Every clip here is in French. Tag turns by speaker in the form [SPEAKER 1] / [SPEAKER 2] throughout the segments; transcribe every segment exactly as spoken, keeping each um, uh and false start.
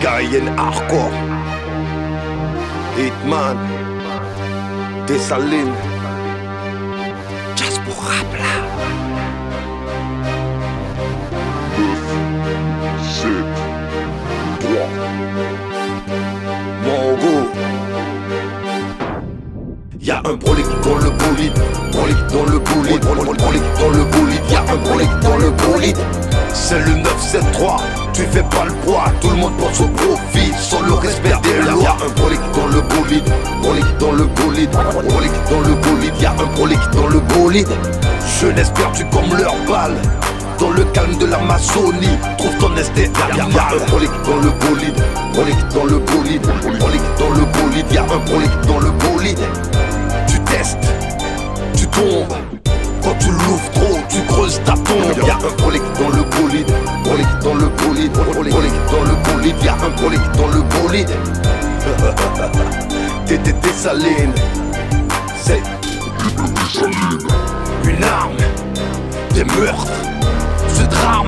[SPEAKER 1] Cayenne hardcore, Hitman, Dessalines, Just pour rap là. neuf, sept, trois, Mongo. Y'a un brolic dans le bolide, brolic dans le bolide, brolic dans le bolide, y'a un brolic dans le bolide. C'est le neuf sept trois, tu fais pas le poids, tout le monde pense au profit, sans le respect des lois. Y'a un brolic dans le bolide, brolic dans le bolide, brolic dans le bolide, y'a un brolic dans le bolide. Jeunesse perdue comme leur balle, dans le calme de l'Amazonie, trouve ton esté animal. Y'a un brolic dans le bolide, brolic dans le bolide, brolic dans le bolide, y'a un brolic dans le bolide. Tu testes, tu tombes, quand tu l'ouvres trop, tu creuses ta tombe. Y'a un brolic dans le bolide, brolic dans le bolide, brolic dans le bolide, y'a un brolic dans le bolide. T'étais Dessalines, c'est une arme, des meurtres, ce drame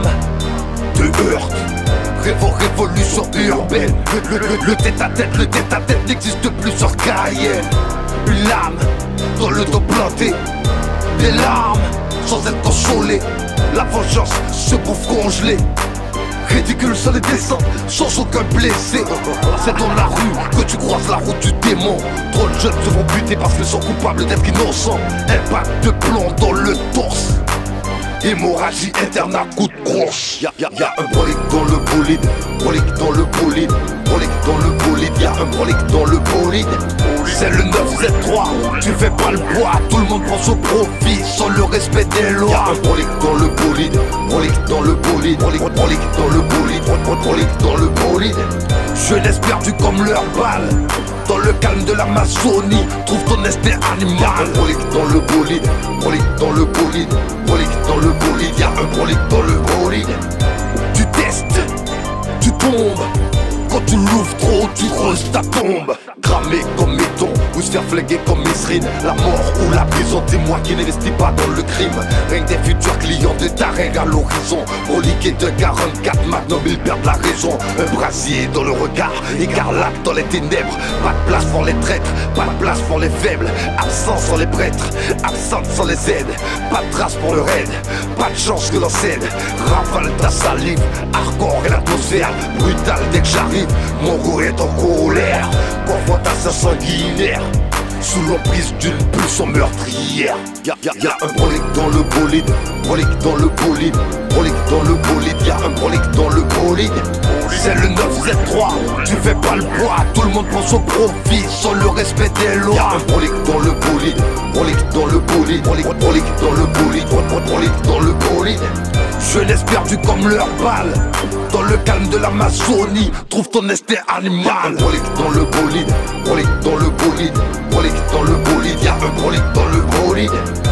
[SPEAKER 1] te heurte. Révo, révolution urbaine, le, le, le, le tête-à-tête, le tête-à-tête n'existe plus sur Cayenne. Une lame dans le dos planté, des larmes sans être consolé. La vengeance se bouffe congelée, ridicule sur les descentes, sans aucun blessé. C'est dans la rue que tu croises la route du démon. Trop de jeunes se font buter parce qu'ils sont coupables d'être innocents. Impact de plomb dans le torse, hémorragie interne à coup de croche. Y'a, y'a, y'a un brolic dans le bolide, brolic dans le bolide, brolic dans le bolide, y'a un brolic dans le bolide. C'est le neuf sept trois, tu fais pas le poids, tout le monde pense au profit, sans le respect des lois. Y'a un brolic dans le bolide, brolic dans le bolide, brolic, brolic dans le bolide, brolic dans le bolide. Jeunesse perdue comme leur balle, dans le calme de l'Amazonie, trouve ton esté animal. Brolic dans le bolide, brolic dans le bolide, brolic dans le bolide, y'a un brolic dans le bolide. Tu testes, tu tombes, quand tu l'ouvres trop, tu creuses ta tombe. Cramé comme méton, ou se faire fléguer comme Misrine. La mort ou la prison, dis-moi qui n'investit pas dans le crime. Rien que des futurs clients de tarègue à l'horizon. Broliqué de quarante-quatre Magnum, ils perdent la raison. Un brasier dans le regard, écarlate dans les ténèbres. Pas de place pour les traîtres, pas de place pour les faibles. Absence sans les prêtres, absente sans les aides. Pas de trace pour le raid, pas de chance que l'on cède. Rafale ta salive, hardcore et l'atmosphère brutale dès que j'arrive. Mon goût est en colère, confrontation sanguinaire, sous l'emprise d'une pulsion meurtrière. Y'a, y'a, y'a un brolic dans le bolide, brolic dans le bolide, brolic dans le bolide, y'a un brolic dans le bolide. C'est le neuf sept trois, tu fais pas le poids, tout le monde pense au profit, sans le respect des lois. Y'a un brolic dans le bolide, brolic dans le bolide, brolic, brolic dans le bolide, brolic dans le bolide. Jeunesse perdue comme leur balle, dans le calme de l'Amazonie, trouve ton esté animal. Brolic dans le bolide, brolic dans le bolide, brolic dans le bolide, y'a un brolic dans le bolide.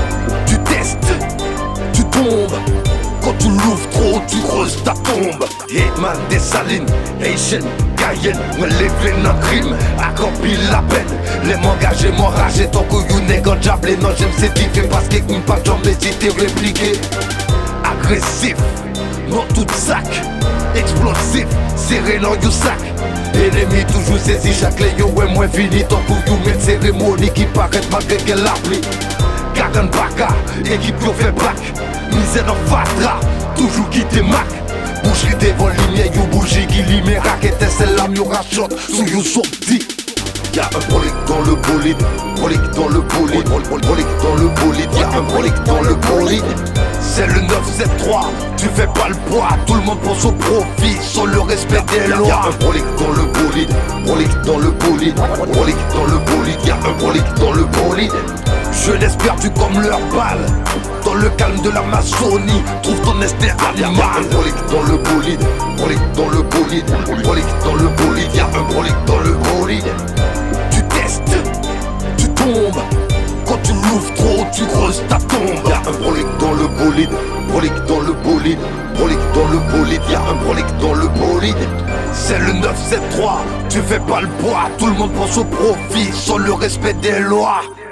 [SPEAKER 1] Tu testes, tu tombes, quand tu l'ouvres trop, tu creuses ta tombe. Hitman, Dessalines, Haitian, Cayenne, me lève dans crime, accomplit la peine. Les m'engager, m'enrager, ton couillou n'est qu'un diable. Non, j'aime ces diffs parce qu'il n'y a pas de jambes, hésiter, répliquer. Agressif, non tout sac, explosif, serré dans you sac. Ennemi toujours saisi, chaque léo est moins fini. Ton couillou met cérémonie qui paraît malgré qu'elle applique. Kagan Baka, équipe qui fait bac, misère dans fatra, toujours qui te mac. Boucherie devant lumière, you bougie qui liméraque, étincelle la mieux rachot, sous you sorti. Y'a un brolic dans le bolide, brolic dans le bolide, brolic dans le bolide, y'a un brolic dans le bolide. C'est le neuf sept trois, tu fais pas le poids, tout le monde pense au profit, sans le respect des lois. Y'a un brolic dans le bolide, brolic dans le bolide, brolic dans le bolide, y'a un brolic dans le bolide. Jeunesse perdue comme leur balle, dans le calme de l'Amazonie, trouve ton esté animal. Brolic dans le bolide, brolic dans le bolide, brolic dans le bolide, y'a un brolic dans le bolide. Tu testes, tu tombes, quand tu l'ouvres trop, tu creuses ta tombe. Y'a un brolic dans le bolide, brolic dans le bolide, brolic dans le bolide, y'a un brolic dans le bolide. C'est le neuf sept trois, tu fais pas le poids, tout le monde pense au profit, sans le respect des lois.